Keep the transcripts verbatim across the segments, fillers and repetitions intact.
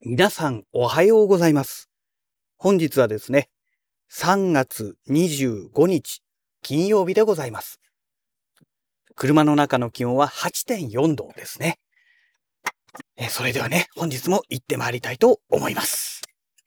皆さんおはようございます。本日はですね、さんがつにじゅうごにち金曜日でございます。車の中の気温は はちてんよんどですね。えそれではね、本日も行ってまいりたいと思います。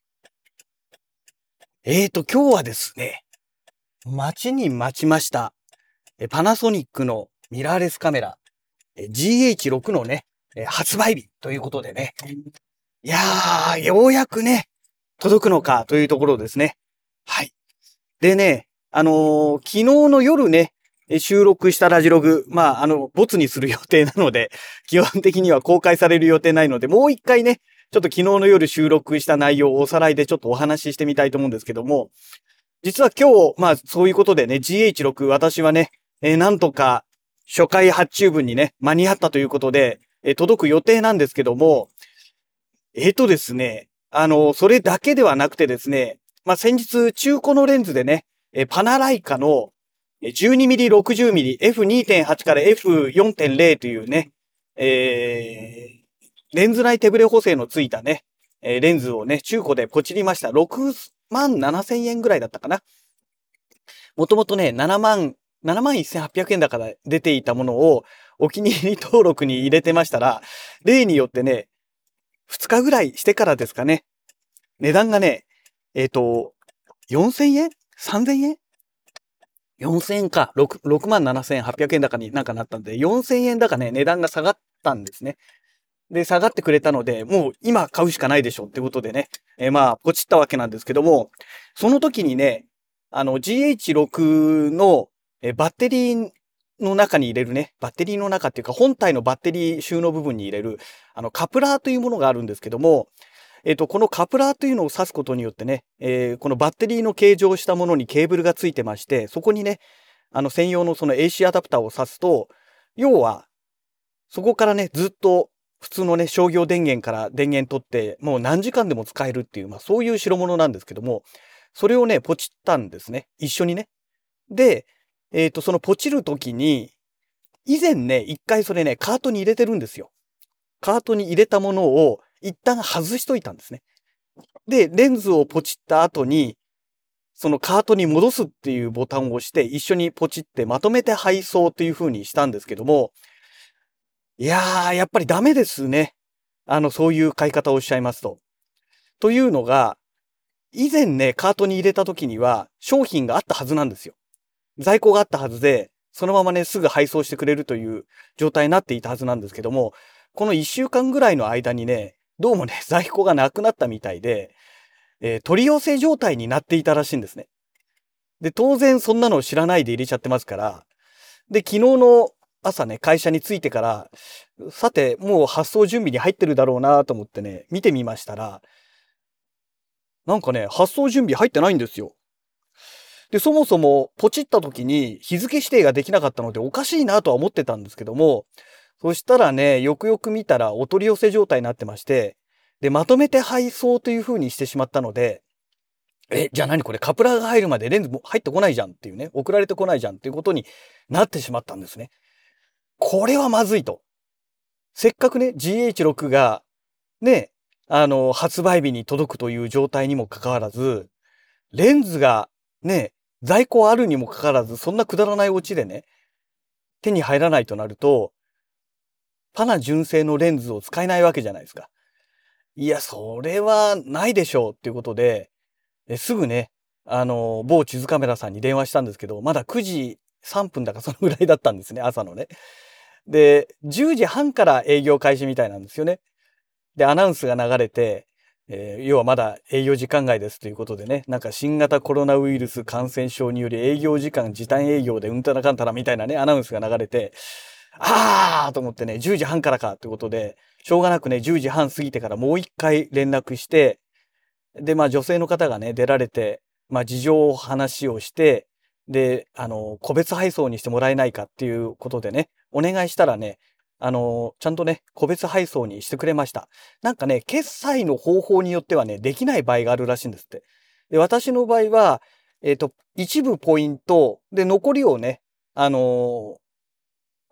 えーと、今日はですね、待ちに待ちました、えパナソニックのミラーレスカメラ、え ジーエイチろく のね、え発売日ということでね、いやー、ようやくね、届くのかというところですね。はい。でね、あのー昨日の夜ね、収録したラジログ、まあ、あの、ボツにする予定なので、基本的には公開される予定ないので、もう一回ね、ちょっと昨日の夜収録した内容をおさらいでちょっとお話ししてみたいと思うんですけども、実は今日、まあ、そういうことでね、ジーエイチろく、私はね、えーなんとか初回発注分にね、間に合ったということで、えー届く予定なんですけども、えーとですね、あの、それだけではなくてですね、まあ、先日中古のレンズでね、えパナライカの じゅうにミリ、ろくじゅうミリ、エフにてんはち から エフよんてんゼロ というね、えー、レンズ内手ブレ補正のついたね、えーレンズをね、中古でポチりました。ろくまんななせんえんぐらいだったかな。もともとね、ななまん、ななまんせんはっぴゃくえんだから出ていたものをお気に入り登録に入れてましたら、例によってね、ふつかぐらいしてからですかね。値段がね、えっと、よんせんえん ?さんぜんえん ?よんせんえんか。ろく、ろくまんななせんはっぴゃくえん高になんかなったんで、よんせんえんだかね、値段が下がったんですね。で、下がってくれたので、もう今買うしかないでしょってことでね、えーまあ、ポチったわけなんですけども、その時にね、あの、ジーエイチろく のえーバッテリーの中に入れるね、バッテリーの中っていうか、本体のバッテリー収納部分に入れる、あの、カプラーというものがあるんですけども、えっと、このカプラーというのを挿すことによってね、えーこのバッテリーの形状したものにケーブルがついてまして、そこにね、あの、専用のその エーシー アダプターを挿すと、要は、そこからね、ずっと普通のね、商業電源から電源取って、もう何時間でも使えるっていう、まあそういう代物なんですけども、それをね、ポチったんですね。一緒にね。で、えっと、そのポチるときに、以前ね、一回それね、カートに入れてるんですよ。カートに入れたものを一旦外しといたんですね。で、レンズをポチった後に、そのカートに戻すっていうボタンを押して、一緒にポチってまとめて配送っていう風にしたんですけども、いやー、やっぱりダメですね。あの、そういう買い方をおっしゃいますと。というのが、以前ね、カートに入れた時には、商品があったはずなんですよ。在庫があったはずで、そのままね、すぐ配送してくれるという状態になっていたはずなんですけども、このいっしゅうかんぐらいの間にね、どうもね、在庫がなくなったみたいで、えー取り寄せ状態になっていたらしいんですね。で、当然そんなのを知らないで入れちゃってますから、で、昨日の朝ね、会社に着いてから、さて、もう発送準備に入ってるだろうなと思ってね、見てみましたら、なんかね、発送準備入ってないんですよ。で、そもそもポチった時に日付指定ができなかったのでおかしいなとは思ってたんですけども、そしたらね、よくよく見たらお取り寄せ状態になってまして、で、まとめて配送という風にしてしまったので、え、じゃあ何これカプラーが入るまでレンズも入ってこないじゃんっていうね、送られてこないじゃんっていうことになってしまったんですね。これはまずいと。せっかくね、ジーエイチろく がね、あの、発売日に届くという状態にもかかわらず、レンズがね、在庫あるにもかかわらず、そんなくだらないオチでね、手に入らないとなると、パナ純正のレンズを使えないわけじゃないですか。いや、それはないでしょうっていうことで、えすぐね、あの、某地図カメラさんに電話したんですけど、まだくじさんぷんだかそのぐらいだったんですね、朝のね。で、じゅうじはんから営業開始みたいなんですよね。で、アナウンスが流れて、えー要はまだ営業時間外ですということでね、なんか新型コロナウイルス感染症により営業時間時短営業でうんたらかんたらみたいなね、アナウンスが流れて、あーと思ってね、じゅうじはんからかってことで、しょうがなくね、じゅうじはん過ぎてからもう一回連絡して、で、まあ女性の方がね、出られて、まあ事情を話をして、で、あの、個別配送にしてもらえないかっていうことでね、お願いしたらね、あの、ちゃんとね、個別配送にしてくれました。なんかね、決済の方法によってはね、できない場合があるらしいんですって。で、私の場合は、えっと、一部ポイント、で、残りをね、あの、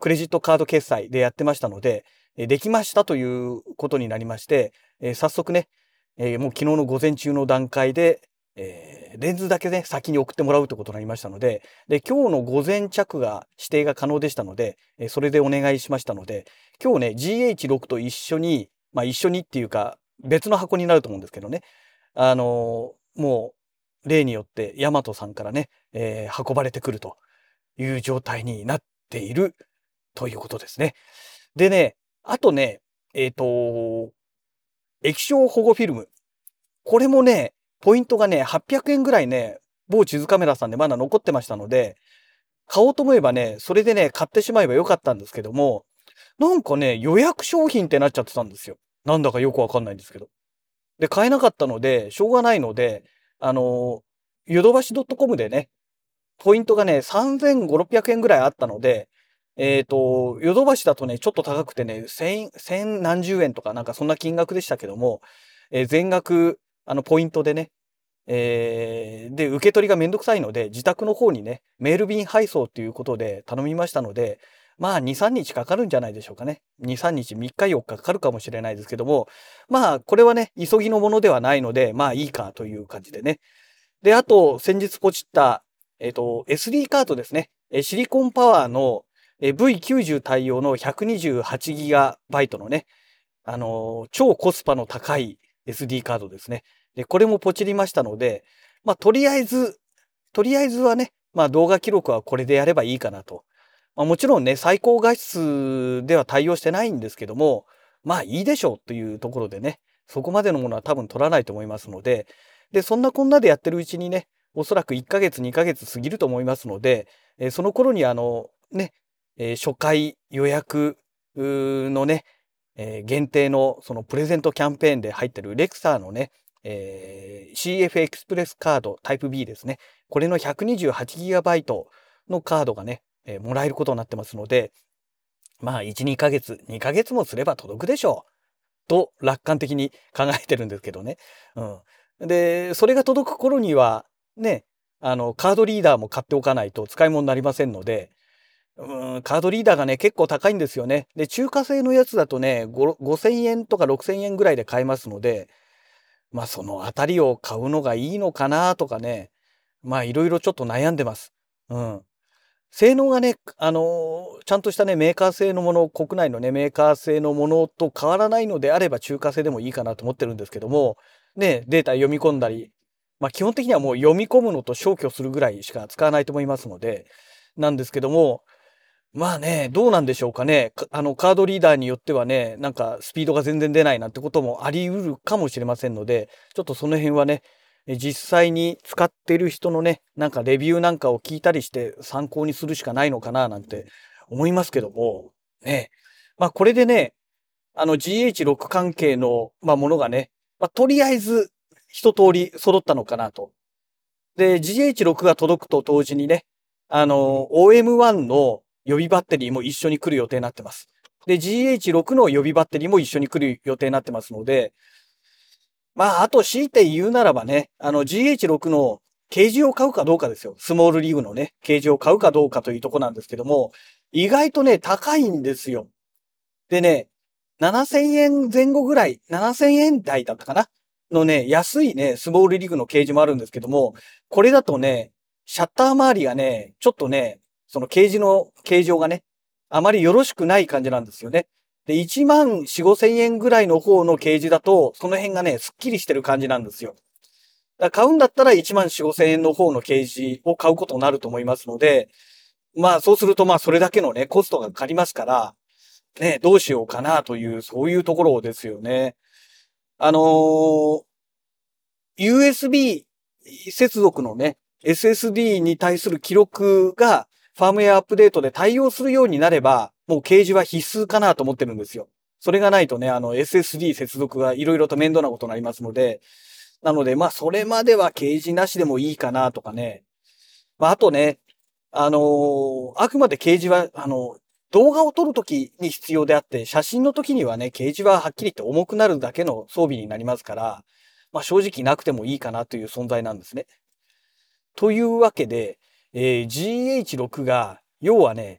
クレジットカード決済でやってましたので、えできましたということになりまして、え早速ね、えもう昨日の午前中の段階で、えーレンズだけね、先に送ってもらうということになりましたので、で、今日の午前着が指定が可能でしたので、えそれでお願いしましたので、今日ね、ジーエイチシックス と一緒に、まあ一緒にっていうか、別の箱になると思うんですけどね、あのーもう、例によってヤマトさんからね、えー運ばれてくるという状態になっているということですね。でね、あとね、えっと、液晶保護フィルム。これもね、ポイントがね、はっぴゃくえんぐらいね、某地図カメラさんでまだ残ってましたので、買おうと思えばね、それでね、買ってしまえばよかったんですけども、なんかね、予約商品ってなっちゃってたんですよ。なんだかよくわかんないんですけど。で、買えなかったので、しょうがないので、あの、ヨドバシドットコムでね、ポイントがね、さんぜんごひゃく、ろっぴゃくえんぐらいあったので、えっと、ヨドバシだとね、ちょっと高くてね、千、千何十円とかなんかそんな金額でしたけども、えー全額、あの、ポイントでね、えーで、受け取りがめんどくさいので、自宅の方にね、メール便配送ということで頼みましたので、まあ、に、さんにちかかるんじゃないでしょうかね。に、さんにち、みっかよっかかかるかもしれないですけども、まあ、これはね、急ぎのものではないので、まあいいかという感じでね。で、あと、先日ポチった、えっと、エスディー カードですね。えシリコンパワーのえ ブイきゅうじゅう 対応の ひゃくにじゅうはちギガバイト のね、あのー超コスパの高い エスディー カードですね。で、これもポチりましたので、まあ、とりあえず、とりあえずはね、まあ、動画記録はこれでやればいいかなと。まあ、もちろんね、最高画質では対応してないんですけども、まあいいでしょうというところでね、そこまでのものは多分取らないと思いますので、で、そんなこんなでやってるうちにね、おそらくいっかげつ、にかげつ過ぎると思いますので、えーその頃にあの、ね、えー初回予約うーのね、えー限定のそのプレゼントキャンペーンで入ってるレクサーのね、えー シーエフ エクスプレスカードタイプ ビー ですね。これの ひゃくにじゅうはちギガバイト のカードがね、えーもらえることになってますので、まあいち、にかげつ、にかげつもすれば届くでしょう。と楽観的に考えてるんですけどね。うん。で、それが届く頃には、ね、あの、カードリーダーも買っておかないと使い物になりませんので、うん、カードリーダーがね、結構高いんですよね。で、中華製のやつだとね、ごせんえんとかろくせんえんぐらいで買えますので、まあそのあたりを買うのがいいのかなとかね、まあいろいろちょっと悩んでます。うん。性能がね、あのーちゃんとしたね、メーカー製のもの、国内のね、メーカー製のものと変わらないのであれば中華製でもいいかなと思ってるんですけども、ね、データ読み込んだり、まあ基本的にはもう読み込むのと消去するぐらいしか使わないと思いますので、なんですけども、まあね、どうなんでしょうかね。かあの、カードリーダーによってはね、なんかスピードが全然出ないなんてこともあり得るかもしれませんので、ちょっとその辺はね、え実際に使ってる人のね、なんかレビューなんかを聞いたりして参考にするしかないのかななんて思いますけども、ね。まあこれでね、あの ジーエイチシックス 関係の、まあ、ものがね、まあ、とりあえず一通り揃ったのかなと。で、ジーエイチシックス が届くと同時にね、あの、オーエムワン の予備バッテリーも一緒に来る予定になってます。で、ジーエイチシックス の予備バッテリーも一緒に来る予定になってますので、まあ、あと強いて言うならばね、あの ジーエイチシックス のケージを買うかどうかですよ。スモールリーグのね、ケージを買うかどうかというとこなんですけども、意外とね、高いんですよ。でね、ななせんえんぜん後ぐらい、ななせんえん台だったかなのね、安いね、スモールリーグのケージもあるんですけども、これだとね、シャッター周りがね、ちょっとね、そのケージの形状がね、あまりよろしくない感じなんですよね。で、いちまんよん、ごせんえんぐらいの方のケージだと、その辺がね、すっきりしてる感じなんですよ。だから買うんだったらいちまんよん、ごせんえんの方のケージを買うことになると思いますので、まあそうするとまあそれだけのね、コストがかかりますから、ね、どうしようかなという、そういうところですよね。あのー ユーエスビー 接続のね、エスエスディー に対する記録がファームウェアアップデートで対応するようになれば、もう掲示は必須かなと思ってるんですよ。それがないとね、あの エスエスディー 接続がいろいろと面倒なことになりますので、なので、まあ、それまでは掲示なしでもいいかなとかね。まあ、あとね、あのーあくまで掲示は、あの、動画を撮るときに必要であって、写真の時にはね、掲示ははっきり言って重くなるだけの装備になりますから、まあ正直なくてもいいかなという存在なんですね。というわけで、えー ジーエイチシックス が、要はね、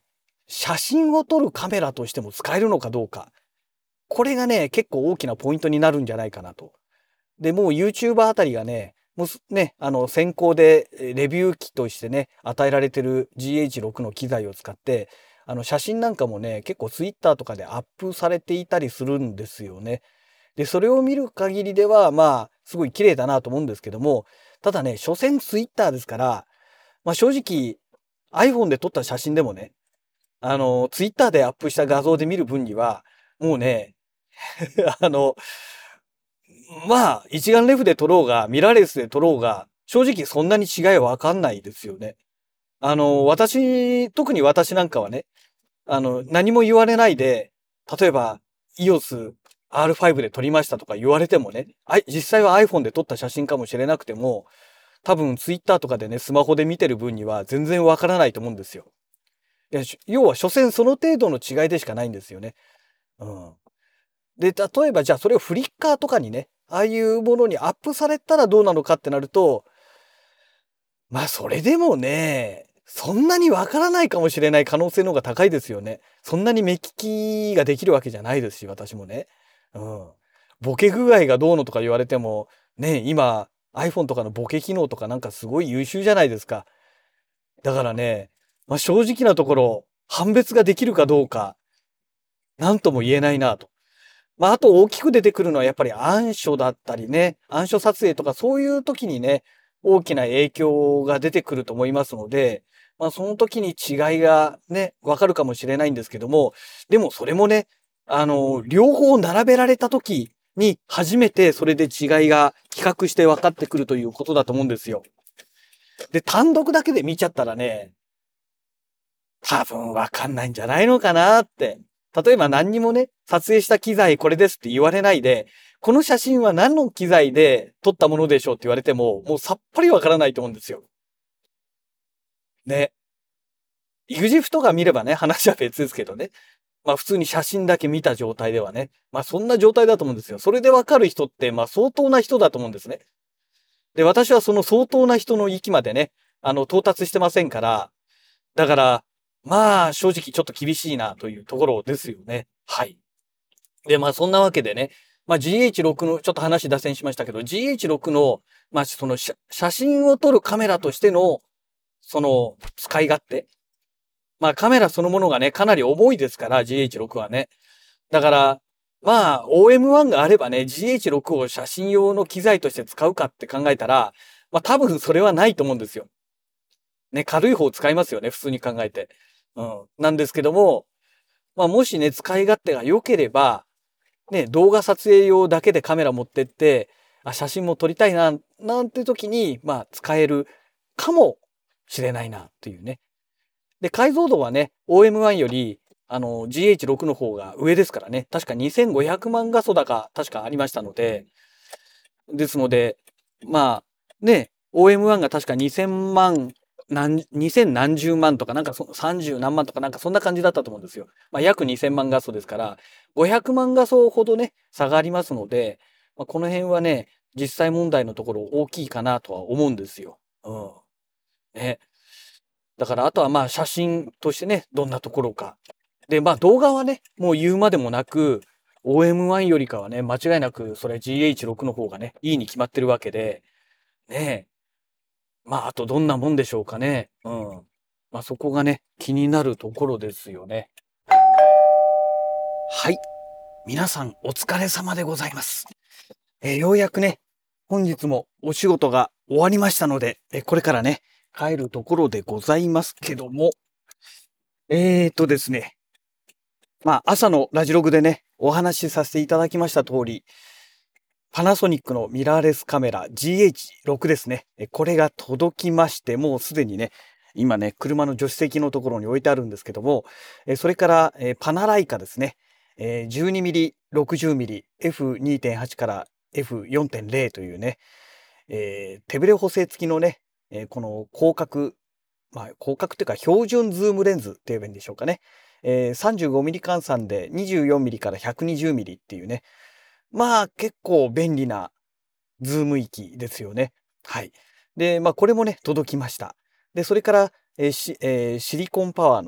写真を撮るカメラとしても使えるのかどうか。これがね、結構大きなポイントになるんじゃないかなと。で、もう YouTuber あたりがね、もうね、あの、先行でレビュー機としてね、与えられてる ジーエイチろく の機材を使って、あの、写真なんかもね、結構 Twitter とかでアップされていたりするんですよね。で、それを見る限りでは、まあ、すごい綺麗だなと思うんですけども、ただね、所詮 Twitter ですから、まあ正直 iPhone で撮った写真でもね、あの、Twitter でアップした画像で見る分には、もうね、あの、まあ、一眼レフで撮ろうが、ミラーレスで撮ろうが、正直そんなに違いはわかんないですよね。あの、私、特に私なんかはね、あの、何も言われないで、例えば、イーオーエス アールファイブ で撮りましたとか言われてもね、あい、実際は iPhone で撮った写真かもしれなくても、多分 Twitter とかでね、スマホで見てる分には全然わからないと思うんですよ。いや、要は、所詮その程度の違いでしかないんですよね。うん。で、例えばじゃあそれをフリッカーとかにね、ああいうものにアップされたらどうなのかってなると、まあそれでもね、そんなにわからないかもしれない可能性の方が高いですよね。そんなに目利きができるわけじゃないですし、私もね。うん。ボケ具合がどうのとか言われても、ね、今 iPhone とかのボケ機能とかなんかすごい優秀じゃないですか。だからね、まあ正直なところ、判別ができるかどうか、なんとも言えないなと。まあ、あと大きく出てくるのはやっぱり暗所だったりね、暗所撮影とかそういう時にね、大きな影響が出てくると思いますので、まあ、その時に違いがね、わかるかもしれないんですけども、でもそれもね、あの、両方並べられた時に初めてそれで違いが比較して分かってくるということだと思うんですよ。で、単独だけで見ちゃったらね、多分わかんないんじゃないのかなって。例えば何にもね、撮影した機材これですって言われないで、この写真は何の機材で撮ったものでしょうって言われても、もうさっぱりわからないと思うんですよ。ね。イグジフとか見ればね、話は別ですけどね。まあ普通に写真だけ見た状態ではね。まあそんな状態だと思うんですよ。それでわかる人って、まあ相当な人だと思うんですね。で、私はその相当な人の域までね、あの、到達してませんから、だから、まあ、正直ちょっと厳しいなというところですよね。はい。で、まあ、そんなわけでね、まあ、ジーエイチろく の、ちょっと話脱線しましたけど、ジーエイチろく の、まあ、その写、写真を撮るカメラとしての、その、使い勝手。まあ、カメラそのものがね、かなり重いですから、ジーエイチろく はね。だから、まあ、オーエムワン があればね、ジーエイチろく を写真用の機材として使うかって考えたら、まあ、多分それはないと思うんですよ。ね、軽い方を使いますよね、普通に考えて。うん。なんですけども、まあ、もしね、使い勝手が良ければ、ね、動画撮影用だけでカメラ持ってって、あ、写真も撮りたいな、なんて時に、まあ、使えるかもしれないな、っていうね。で、解像度はね、オーエムワン より、あの、ジーエイチろく の方が上ですからね。確かにせんごひゃくまん画素だか、確かありましたので、ですので、まあ、ね、オーエムワン が確かにせんまん、何、にせん何十万とか、なんかそさんじゅう何万とか、なんかそんな感じだったと思うんですよ。まあ、約にせんまん画素ですから、ごひゃくまん画素ほどね、差がありますので、まあ、この辺はね、実際問題のところ大きいかなとは思うんですよ。うん。ね。だから、あとはまあ、写真としてね、どんなところか。で、まあ、動画はね、もう言うまでもなく、オーエムワン よりかはね、間違いなく、それ ジーエイチろく の方がね、いいに決まってるわけで、ねえ。まあ、あとどんなもんでしょうかね。うん。まあ、そこがね、気になるところですよね。はい。皆さんお疲れ様でございます。えーようやくね、本日もお仕事が終わりましたので、えーこれからね、帰るところでございますけども、えーとですね、まあ、朝のラジログでね、お話しさせていただきました通り、パナソニックのミラーレスカメラ ジーエイチろく ですね。えこれが届きまして、もうすでにね、今ね、車の助手席のところに置いてあるんですけども、えそれから、えパナライカですね。えー、じゅうにミリ、ろくじゅうミリ、エフにてんはち から エフよんてんゼロ というね、えー手ブレ補正付きのね、えーこの広角、まあ、広角というか標準ズームレンズって言えばいいんでしょうかね。えー、さんじゅうごミリ換算でにじゅうよんミリからひゃくにじゅうミリっていうね、まあ結構便利なズーム域ですよね。はい。で、まあこれもね、届きました。で、それから、えーしえーシリコンパワーのね、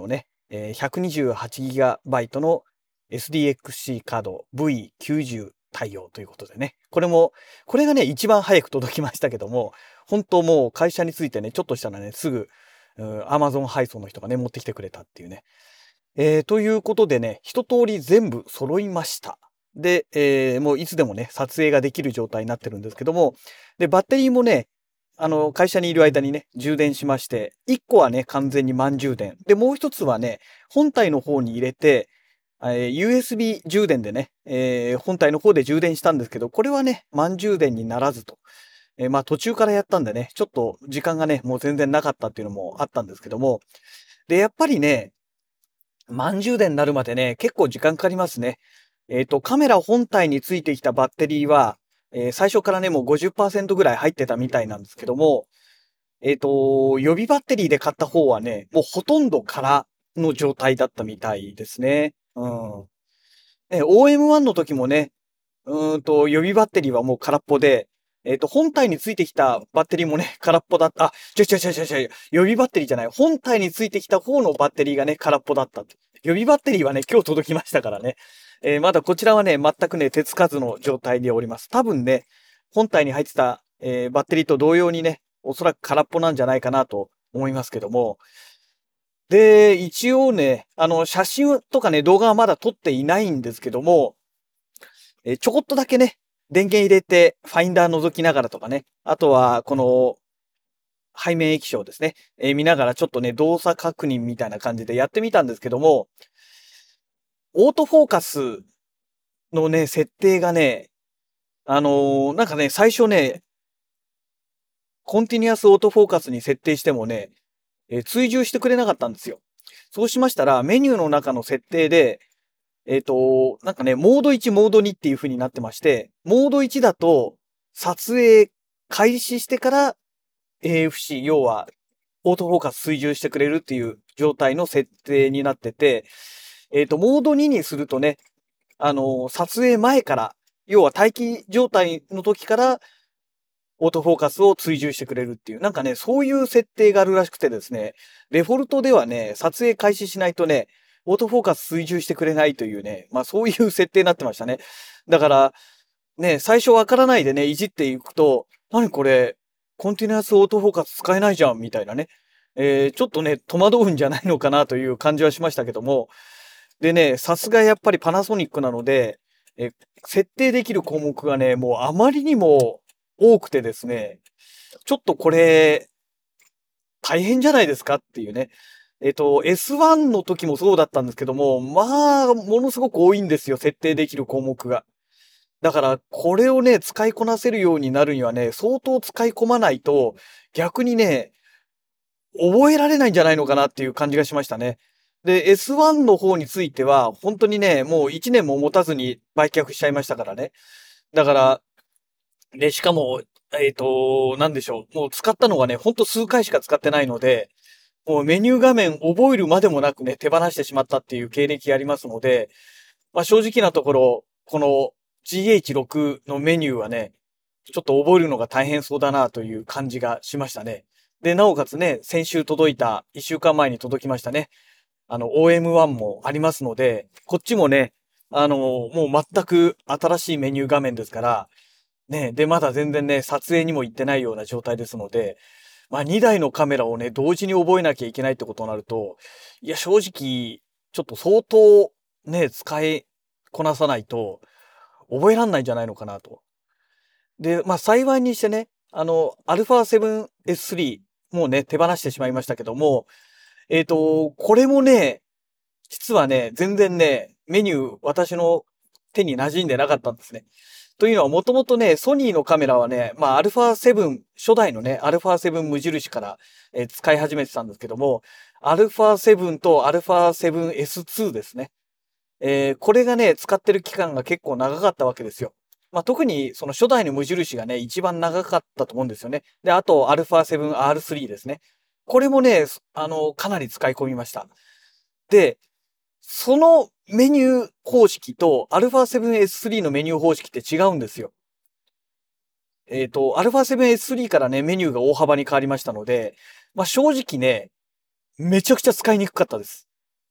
えー、ひゃくにじゅうはちギガバイト の エスディーエックスシー カード ブイきゅうじゅう 対応ということでね。これも、これがね、一番早く届きましたけども、本当もう会社についてね、ちょっとしたらね、すぐ、Amazon 配送の人がね、持ってきてくれたっていうね。えー、ということでね、一通り全部揃いました。で、えー、もういつでもね、撮影ができる状態になってるんですけども、で、バッテリーもね、あの、会社にいる間にね、充電しまして、いっこはね、完全に満充電。で、もう一つはね、本体の方に入れて、えー、ユーエスビー 充電でね、えー、本体の方で充電したんですけど、これはね、満充電にならずと。えー、まあ途中からやったんでね、ちょっと時間がね、もう全然なかったっていうのもあったんですけども、で、やっぱりね、満充電になるまでね、結構時間かかりますね。えっと、カメラ本体についてきたバッテリーは、えー最初からね、もうごじゅっパーセントぐらい入ってたみたいなんですけども、えっと、予備バッテリーで買った方はね、もうほとんど空の状態だったみたいですね。うん。ね、オーエムワン の時もね、うーんと、予備バッテリーはもう空っぽで、えっと、本体についてきたバッテリーもね、空っぽだった。あ、ちょちょちょちょちょ、予備バッテリーじゃない。本体についてきた方のバッテリーがね、空っぽだったって。予備バッテリーはね、今日届きましたからね。えーまだこちらはね、全くね、手つかずの状態でおります。多分ね、本体に入ってた、えーバッテリーと同様にね、おそらく空っぽなんじゃないかなと思いますけども。で、一応ね、あの、写真とかね、動画はまだ撮っていないんですけども、えーちょこっとだけね、電源入れて、ファインダー覗きながらとかね、あとは、この、背面液晶ですね、えー見ながらちょっとね、動作確認みたいな感じでやってみたんですけども、オートフォーカスのね、設定がね、あのーなんかね、最初ね、コンティニュアスオートフォーカスに設定してもね、えー追従してくれなかったんですよ。そうしましたら、メニューの中の設定で、えっと、なんかね、モードいち、モードにっていう風になってまして、モードいちだと、撮影開始してから エーエフシー、要は、オートフォーカス追従してくれるっていう状態の設定になってて、えっと、モードににするとね、あの、撮影前から、要は待機状態の時から、オートフォーカスを追従してくれるっていう、なんかね、そういう設定があるらしくてですね、デフォルトではね、撮影開始しないとね、オートフォーカス追従してくれないというね、まあそういう設定になってましたね。だから、ね、最初わからないでね、いじっていくと、何これ、コンティニュアスオートフォーカス使えないじゃん、みたいなね。えー、ちょっとね、戸惑うんじゃないのかなという感じはしましたけども。でね、さすがやっぱりパナソニックなので、え、設定できる項目がね、もうあまりにも多くてですね、ちょっとこれ、大変じゃないですかっていうね。えっと、エスワン の時もそうだったんですけども、まあ、ものすごく多いんですよ、設定できる項目が。だから、これをね、使いこなせるようになるにはね、相当使い込まないと、逆にね、覚えられないんじゃないのかなっていう感じがしましたね。で、エスワン の方については、本当にね、もういちねんも持たずに売却しちゃいましたからね。だから、で、しかも、えっと、なんでしょう。もう使ったのがね、ほんと数回しか使ってないので、もうメニュー画面覚えるまでもなくね、手放してしまったっていう経歴がありますので、まあ正直なところ、この ジーエイチシックス のメニューはね、ちょっと覚えるのが大変そうだなという感じがしましたね。で、なおかつね、先週届いた、いっしゅうかんまえに届きましたね。あの、オーエムワン もありますので、こっちもね、あの、もう全く新しいメニュー画面ですから、ね、で、まだ全然ね、撮影にも行ってないような状態ですので、まあにだいのカメラをね、同時に覚えなきゃいけないってことになると、いや、正直、ちょっと相当ね、使いこなさないと、覚えらんないんじゃないのかなと。で、まあ幸いにしてね、あの、アルファセブンエススリー、もうね、手放してしまいましたけども、えっと、これもね、実はね、全然ね、メニュー、私の手に馴染んでなかったんですね。というのは、もともとね、ソニーのカメラはね、まあ、アルファセブン、初代のね、アルファセブン無印から、えー使い始めてたんですけども、アルファセブンとアルファセブンエスツー ですね。えーこれがね、使ってる期間が結構長かったわけですよ。まあ、特にその初代の無印がね、一番長かったと思うんですよね。で、あと、アルファセブンアールスリー ですね。これもね、あの、かなり使い込みました。で、そのメニュー方式と アルファセブンエススリー のメニュー方式って違うんですよ。えっと、アルファセブンエススリー からね、メニューが大幅に変わりましたので、まあ、正直ね、めちゃくちゃ使いにくかったです。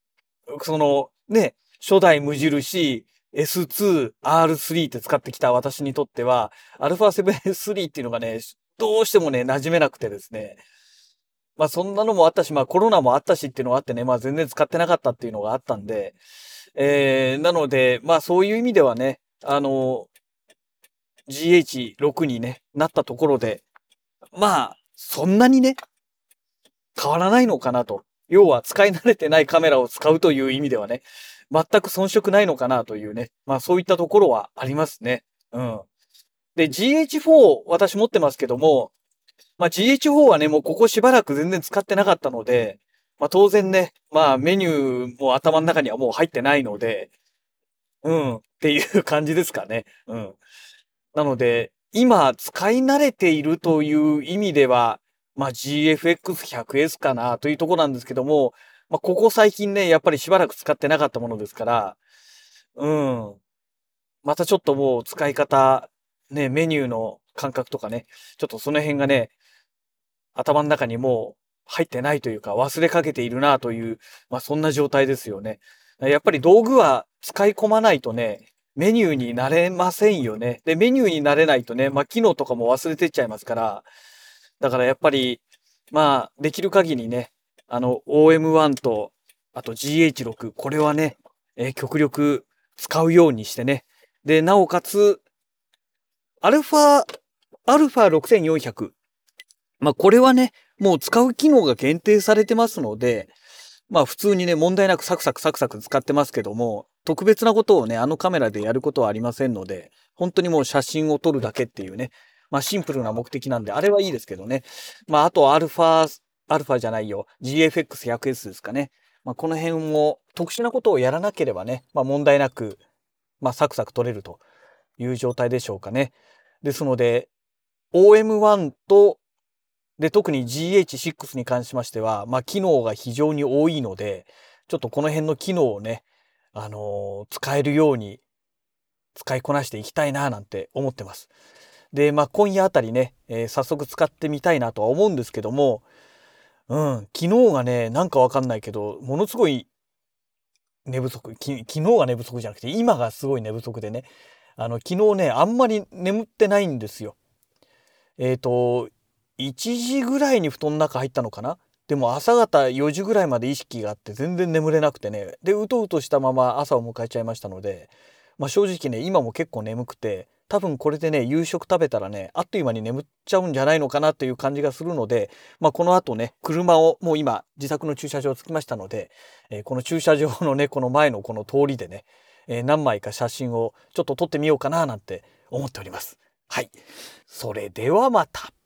その、ね、初代無印 エスツー、アールスリー って使ってきた私にとっては、アルファセブンエススリー っていうのがね、どうしてもね、馴染めなくてですね。まあそんなのもあったし、まあコロナもあったしっていうのがあってね、まあ全然使ってなかったっていうのがあったんで、えー、なので、まあそういう意味ではね、あの、ジーエイチシックス にね、なったところで、まあ、そんなにね、変わらないのかなと。要は使い慣れてないカメラを使うという意味ではね、全く遜色ないのかなというね、まあそういったところはありますね。うん。で、ジーエイチフォー 私持ってますけども、まあ ジーエイチフォー はね、もうここしばらく全然使ってなかったので、まあ当然ね、まあメニューも頭の中にはもう入ってないので、うん、っていう感じですかね。うん。なので、今使い慣れているという意味では、まあ ジーエフエックスひゃくエス かなというところなんですけども、まあここ最近ね、やっぱりしばらく使ってなかったものですから、うん。またちょっともう使い方、ね、メニューの感覚とかね、ちょっとその辺がね、頭の中にもう入ってないというか忘れかけているなという、まあそんな状態ですよね。やっぱり道具は使い込まないとね、メニューになれませんよね。で、メニューになれないとね、まあ機能とかも忘れてっちゃいますから、だからやっぱり、まあできる限りね、あの オーエムワン と、あと ジーエイチシックス、これはね、えー極力使うようにしてね。で、なおかつ、アルファ、アルファろくせんよんひゃく。まあこれはね、もう使う機能が限定されてますので、まあ普通にね、問題なくサクサクサクサク使ってますけども、特別なことをね、あのカメラでやることはありませんので、本当にもう写真を撮るだけっていうね、まあシンプルな目的なんで、あれはいいですけどね。まああとアルファ、アルファじゃないよ、ジーエフエックスひゃくエス ですかね。まあこの辺も特殊なことをやらなければね、まあ問題なく、まあサクサク撮れるという状態でしょうかね。ですので、オーエムワン とで、特に ジーエイチシックス に関しましては、まあ、機能が非常に多いので、ちょっとこの辺の機能をね、あのー使えるように使いこなしていきたいななんて思ってます。で、まあ、今夜あたりね、えー早速使ってみたいなとは思うんですけども、うん、昨日がね、なんかわかんないけど、ものすごい寝不足、き昨日が寝不足じゃなくて、今がすごい寝不足でね、あの、昨日ね、あんまり眠ってないんですよ。えっと、いちじぐらいに布団の中入ったのかな。でも朝方よじぐらいまで意識があって全然眠れなくてね。で、うとうとしたまま朝を迎えちゃいましたので、まあ正直ね、今も結構眠くて、多分これでね、夕食食べたらね、あっという間に眠っちゃうんじゃないのかなという感じがするので、まあこの後ね、車をもう今自宅の駐車場着きましたので、えーこの駐車場のね、この前のこの通りでね、えー何枚か写真をちょっと撮ってみようかななんて思っております。はい。それではまた。